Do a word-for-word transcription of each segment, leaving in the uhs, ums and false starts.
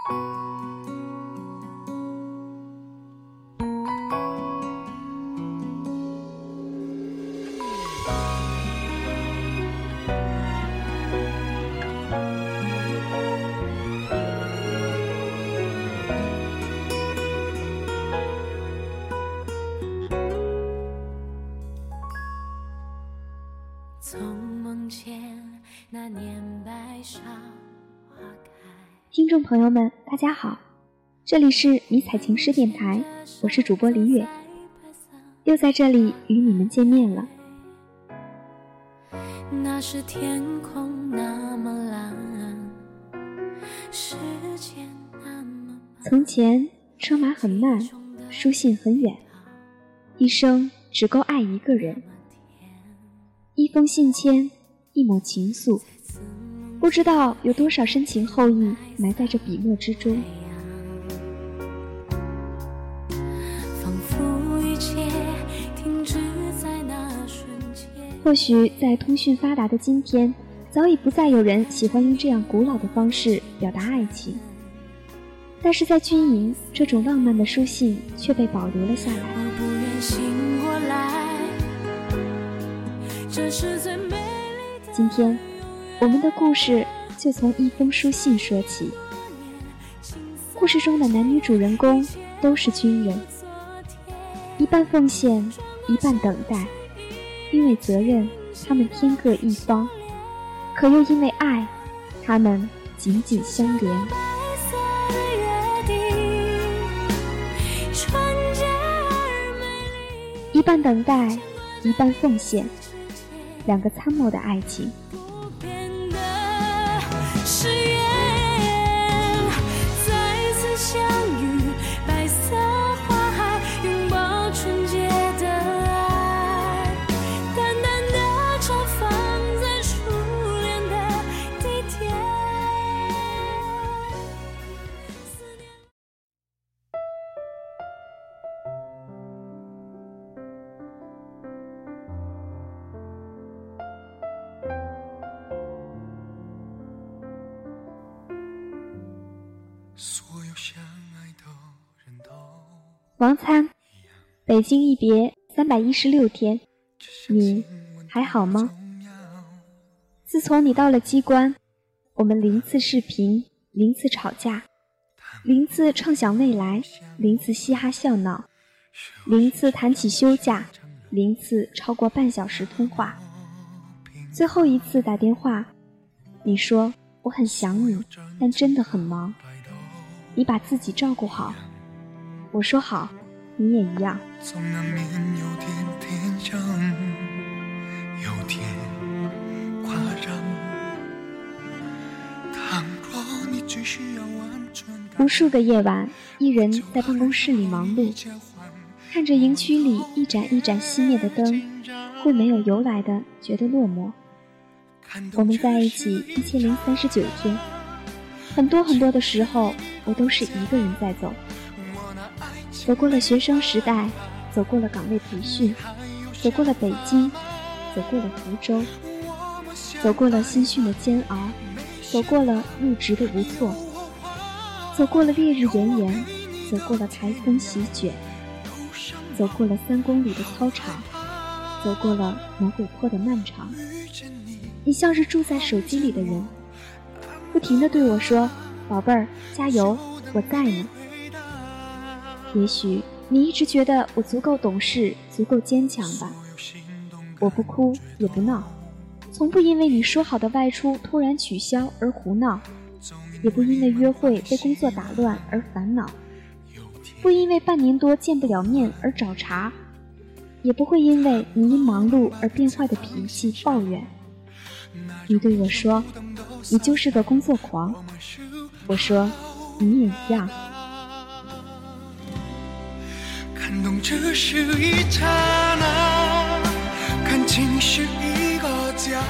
听众朋友们大家好，这里是迷彩情诗电台，我是主播李月，又在这里与你们见面了。 那是天空那么蓝，时间那么从前车马很慢，书信很远，一生只够爱一个人，一封信笺，一抹情愫，不知道有多少深情厚谊埋在这笔墨之中。 仿佛一切停止在那瞬间。 或许在通讯发达的今天，早已不再有人喜欢用这样古老的方式表达爱情，但是在军营，这种浪漫的书信却被保留了下来。 我不愿醒过来，这是最美丽的。 今天我们的故事就从一封书信说起。故事中的男女主人公都是军人，一半奉献，一半等待，因为责任他们天各一方，可又因为爱他们紧紧相连。一半等待，一半奉献，两个参谋的爱情。 誓言再次相遇，白色花海拥抱纯洁的爱，淡淡的绽放在初恋的地点。 王参，北京一别三百一十六天，你还好吗？自从你到了机关，我们零次视频，零次吵架，零次畅想未来，零次嘻哈笑闹，零次谈起休假，零次超过半小时通话。最后一次打电话，你说我很想你，但真的很忙，你把自己照顾好。我说好，你也一样。 总难免有点点像，有点夸张。倘若你只需要完全无数个夜晚，一人在办公室里忙碌，看着营区里一盏一盏熄灭的灯，会没有由来的觉得落寞。我们在一起一千零三十九天，很多很多的时候，我都是一个人在走。走过了学生时代，走过了岗位培训，走过了北京，走过了福州，走过了新训的煎熬，走过了入职的无措，走过了烈日炎炎，走过了台风席卷，走过了三公里的操场，走过了魔鬼坡的漫长。你像是住在手机里的人，不停地对我说，宝贝儿，加油，我在呢。也许你一直觉得我足够懂事，足够坚强吧。我不哭也不闹，从不因为你说好的外出突然取消而胡闹，也不因为约会被工作打乱而烦恼，不因为半年多见不了面而找茬，也不会因为你因忙碌而变坏的脾气抱怨。你对我说，你就是个工作狂。我说，你也一样。 感动只是一刹那，感情是一个家。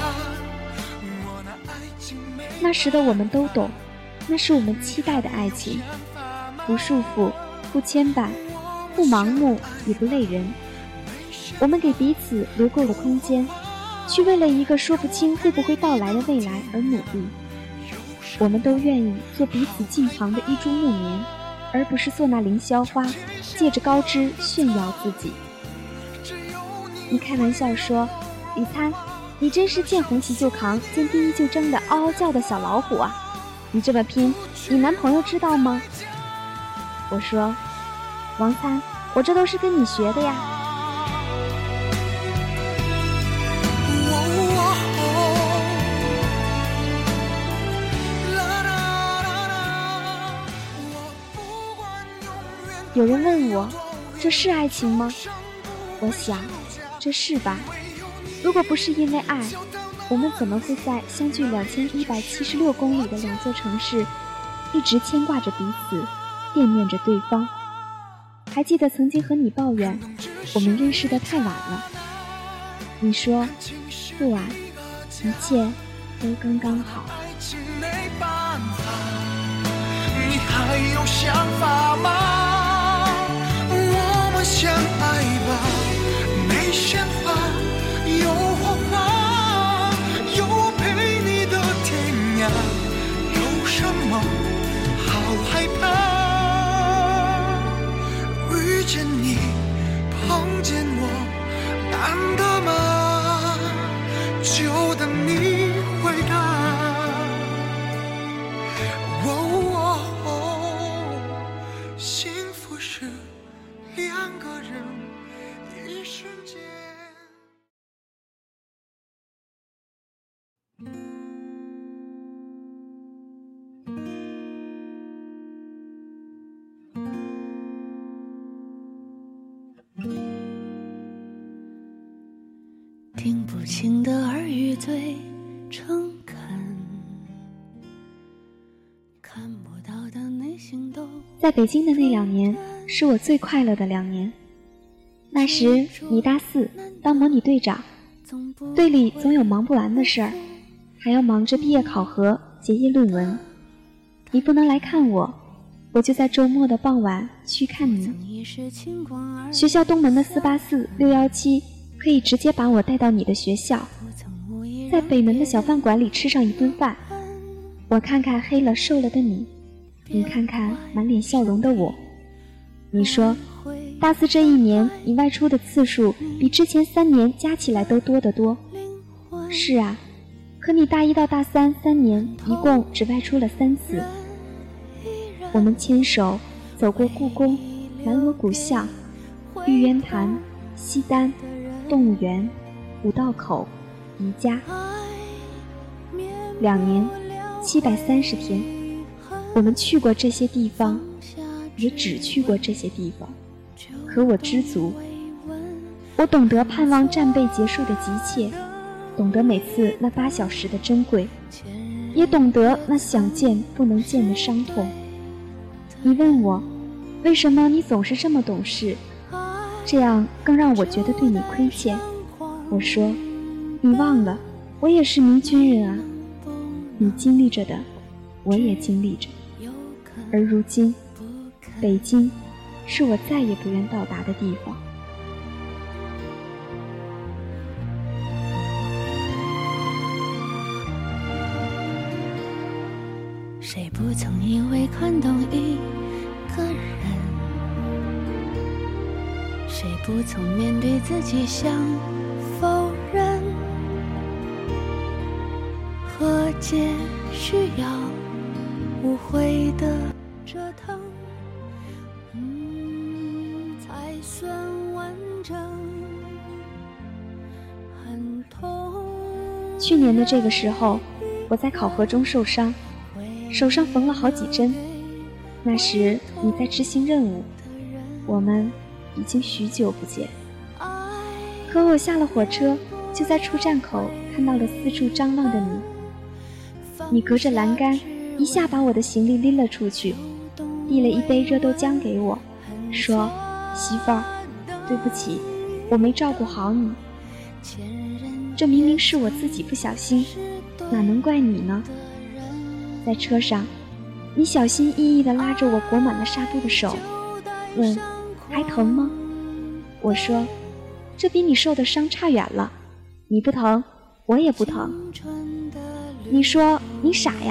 那时的我们都懂，那是我们期待的爱情，不束缚，不牵绊，不盲目，也不累人。我们给彼此留够了空间，去为了一个说不清会不会到来的未来而努力。 我们都愿意做彼此近旁的一株木棉，而不是做那凌霄花，借着高枝炫耀自己。你开玩笑说，李参，你真是见红旗就扛，见第一就争的嗷嗷叫的小老虎啊！你这么拼，你男朋友知道吗？我说，王参，我这都是跟你学的呀。有人问我，这是爱情吗？我想，这是吧。如果不是因为爱，我们怎么会在相距两千一百七十六公里的两座城市，一直牵挂着彼此，惦念着对方？还记得曾经和你抱怨，我们认识得太晚了。你说，不晚，一切都刚刚好。 你还有想法吗？我们相爱吧，没鲜花，有火花，有陪你的天涯，有什么好害怕？遇见你，碰见我，难得吗？就等你回答。幸福是两个人一瞬间。 听不清的耳语最诚恳，看不到的内心都。 在北京的那两年是我最快乐的两年。那时你大四，当模拟队长，队里总有忙不完的事儿，还要忙着毕业考核、结业论文。你不能来看我，我就在周末的傍晚去看你。学校东门的四八四、六一七可以直接把我带到你的学校，在北门的小饭馆里吃上一顿饭。我看看黑了瘦了的你，你看看满脸笑容的我。你说大四这一年你外出的次数比之前三年加起来都多得多。是啊，可你大一到大三三年一共只外出了三次。我们牵手走过故宫、南锣鼓巷、玉渊潭、西单、动物园、五道口、宜家。两年七百三十天，我们去过这些地方，也只去过这些地方，可我知足。我懂得盼望战备结束的急切，懂得每次那八小时的珍贵，也懂得那想见不能见的伤痛。你问我，为什么你总是这么懂事？这样更让我觉得对你亏欠。我说，你忘了，我也是名军人啊。你经历着的，我也经历着。而如今，北京是我再也不愿到达的地方。 谁不曾以为看懂一个人？谁不曾面对自己想否认？和解需要无悔的折腾，嗯，才算完整。很痛。 去年的这个时候，我在考核中受伤，手上缝了好几针。那时你在执行任务，我们已经许久不见。可我下了火车，就在出站口看到了四处张望的你。你隔着栏杆一下把我的行李拎了出去，递了一杯热豆浆给我，说，媳妇儿，对不起，我没照顾好你。这明明是我自己不小心，哪能怪你呢？在车上，你小心翼翼地拉着我裹满了纱布的手，问，还疼吗？我说，这比你受的伤差远了，你不疼，我也不疼。你说，你傻呀，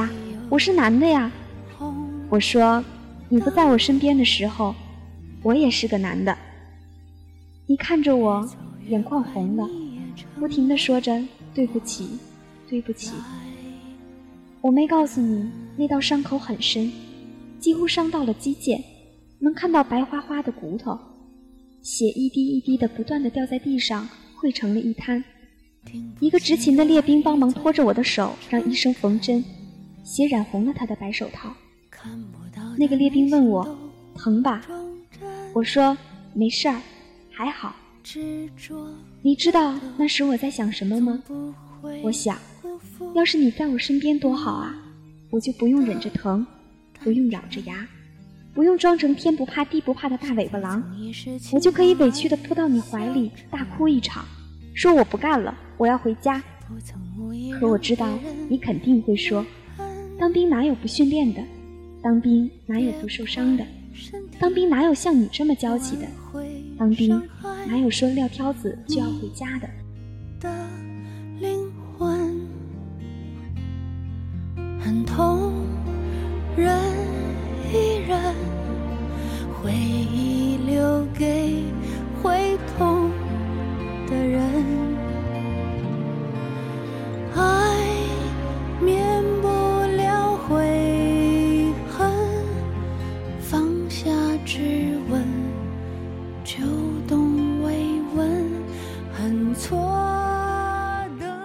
我是男的呀。我说，你不在我身边的时候，我也是个男的。你看着我，眼眶红了，不停地说着对不起，对不起。我没告诉你，那道伤口很深，几乎伤到了肌腱，能看到白花花的骨头，血一滴一滴的不断地掉在地上，汇成了一滩。一个执勤的列兵帮忙拖着我的手，让医生缝针，血染红了他的白手套。那个列兵问我，疼吧？我说没事儿，还好。你知道那时我在想什么吗？我想，要是你在我身边多好啊，我就不用忍着疼，不用咬着牙，不用装成天不怕地不怕的大尾巴狼，我就可以委屈地扑到你怀里大哭一场，说我不干了，我要回家。可我知道你肯定会说，当兵哪有不训练的，当兵哪有不受伤的，当兵哪有像你这么娇气的，当兵哪有说撂挑子就要回家的。 的灵魂很痛，忍一忍，回忆留给会痛的人。爱免不了悔恨，放下质问，就懂慰问，很错的。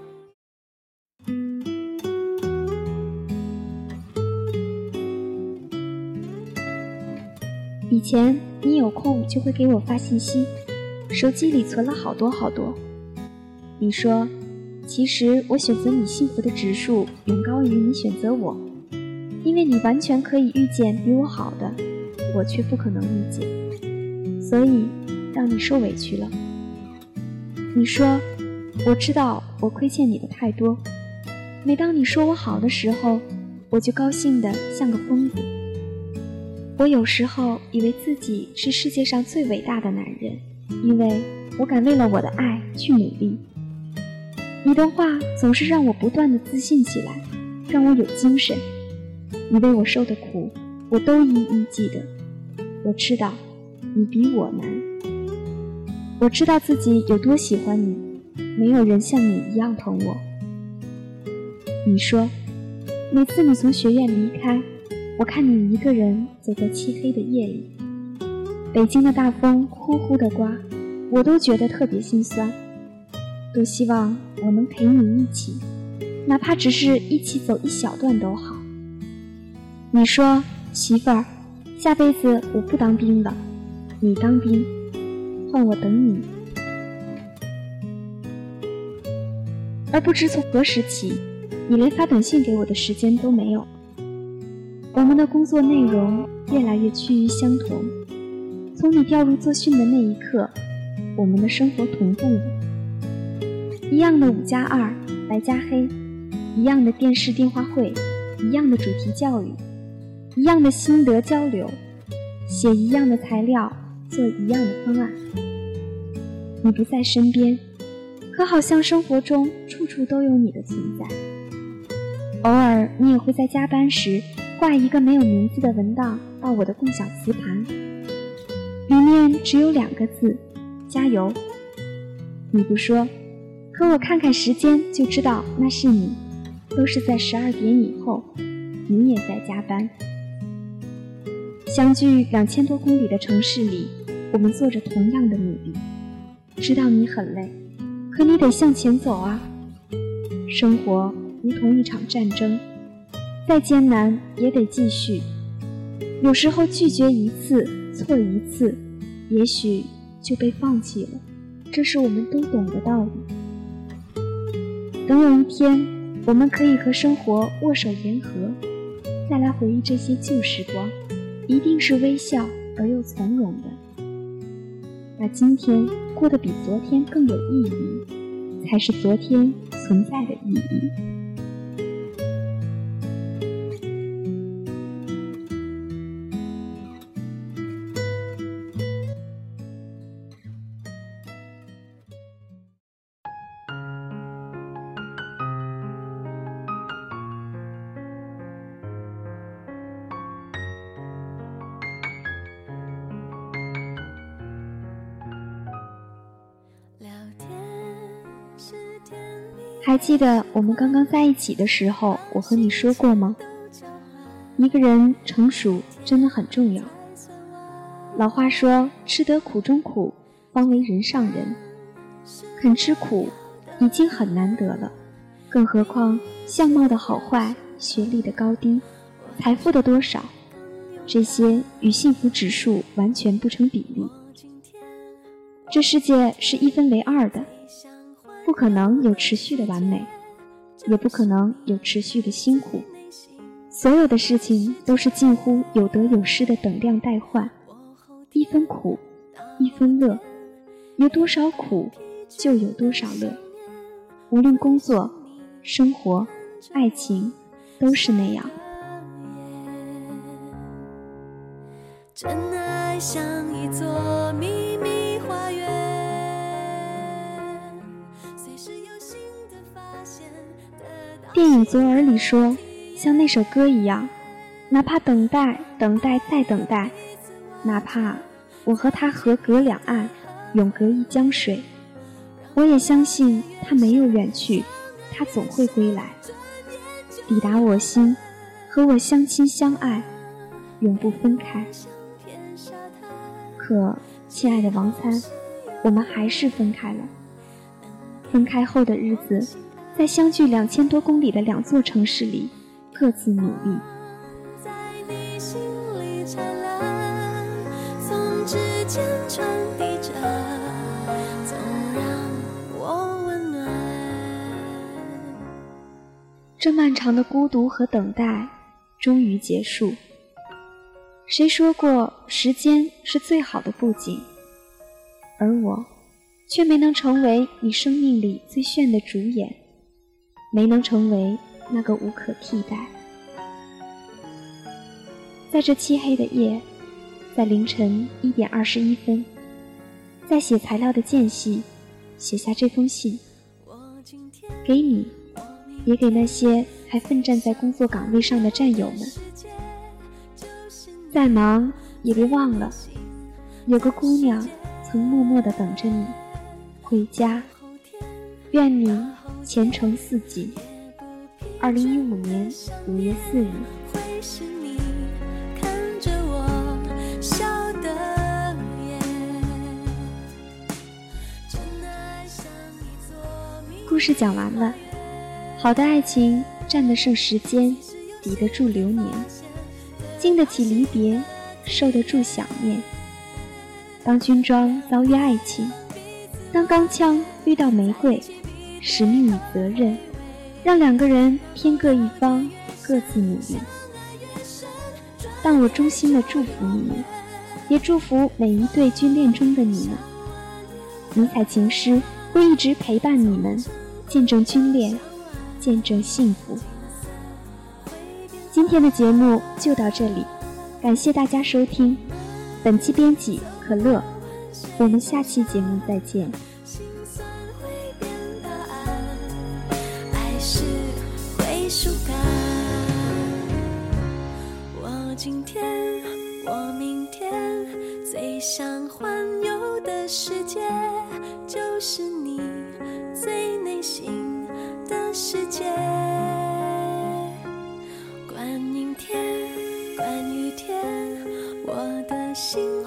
以前你有空就会给我发信息，手机里存了好多好多。你说，其实我选择你幸福的指数远高于你选择我，因为你完全可以遇见比我好的，我却不可能遇见，所以让你受委屈了。你说，我知道我亏欠你的太多，每当你说我好的时候，我就高兴得像个疯子。我有时候以为自己是世界上最伟大的男人，因为我敢为了我的爱去努力。你的话总是让我不断地自信起来，让我有精神。你为我受的苦，我都一一记得。我知道你比我难，我知道自己有多喜欢你，没有人像你一样疼我。你说，每次你从学院离开，我看你一个人走在漆黑的夜里，北京的大风呼呼地刮，我都觉得特别心酸，多希望我能陪你一起，哪怕只是一起走一小段都好。你说，媳妇儿，下辈子我不当兵了，你当兵，换我等你。而不知从何时起，你连发短信给我的时间都没有。我们的工作内容越来越趋于相同，从你调入作训的那一刻，我们的生活同步了。一样的五加二，白加黑，一样的电视电话会，一样的主题教育，一样的心得交流，写一样的材料，做一样的方案。你不在身边，可好像生活中处处都有你的存在。偶尔你也会在加班时挂一个没有名字的文档到我的共享磁盘，里面只有两个字，加油。你不说，可我看看时间就知道那是你，都是在十二点以后，你也在加班。相距两千多公里的城市里，我们做着同样的努力，知道你很累，可你得向前走啊。生活如同一场战争，再艰难也得继续。有时候拒绝一次，错一次，也许就被放弃了，这是我们都懂的道理。等有一天，我们可以和生活握手言和，再来回忆这些旧时光，一定是微笑而又从容的。把今天过得比昨天更有意义，才是昨天存在的意义。 还记得我们刚刚在一起的时候，我和你说过吗？一个人成熟真的很重要。老话说，吃得苦中苦，方为人上人。肯吃苦已经很难得了，更何况相貌的好坏、学历的高低、财富的多少，这些与幸福指数完全不成比例。这世界是一分为二的，不可能有持续的完美，也不可能有持续的辛苦。所有的事情都是近乎有得有失的等量代换，一分苦，一分乐，有多少苦就有多少乐。无论工作、生活、爱情，都是那样。 真爱像一座秘密花园，随时有新的发现。 电影《左耳》里说，像那首歌一样，哪怕等待等待再等待，哪怕我和他河隔两岸，永隔一江水，我也相信他没有远去，他总会归来，抵达我心，和我相亲相爱，永不分开。可亲爱的王参，我们还是分开了。分开后的日子，在相距两千多公里的两座城市里，各自努力。 在你心里灿烂，从指尖传递着，总让我温暖。 这漫长的孤独和等待终于结束。谁说过时间是最好的布景？而我却没能成为你生命里最炫的主演，没能成为那个无可替代。在这漆黑的夜，在凌晨一点二十一分，在写材料的间隙，写下这封信，给你，也给那些还奋战在工作岗位上的战友们。再忙也别忘了，有个姑娘曾默默地等着你回家。愿你前程似锦。二零一五年五月四日。 会是你看着我笑的眼，真爱像一座谜。 故事讲完了，好的爱情站得胜时间，抵得住流年，经得起离别，受得住想念。当军装遭遇爱情，当钢枪遇到玫瑰，使命与责任让两个人偏各一方，各自努力。但我衷心地祝福你们，也祝福每一对军恋中的你们。迷彩情诗会一直陪伴你们，见证军恋，见证幸福。今天的节目就到这里，感谢大家收听。本期编辑可乐，我们下期节目再见。 心酸会变答案，爱是归属感。我今天，我明天，最想环游的世界，就是你最内心的世界。管阴天，管雨天，我的心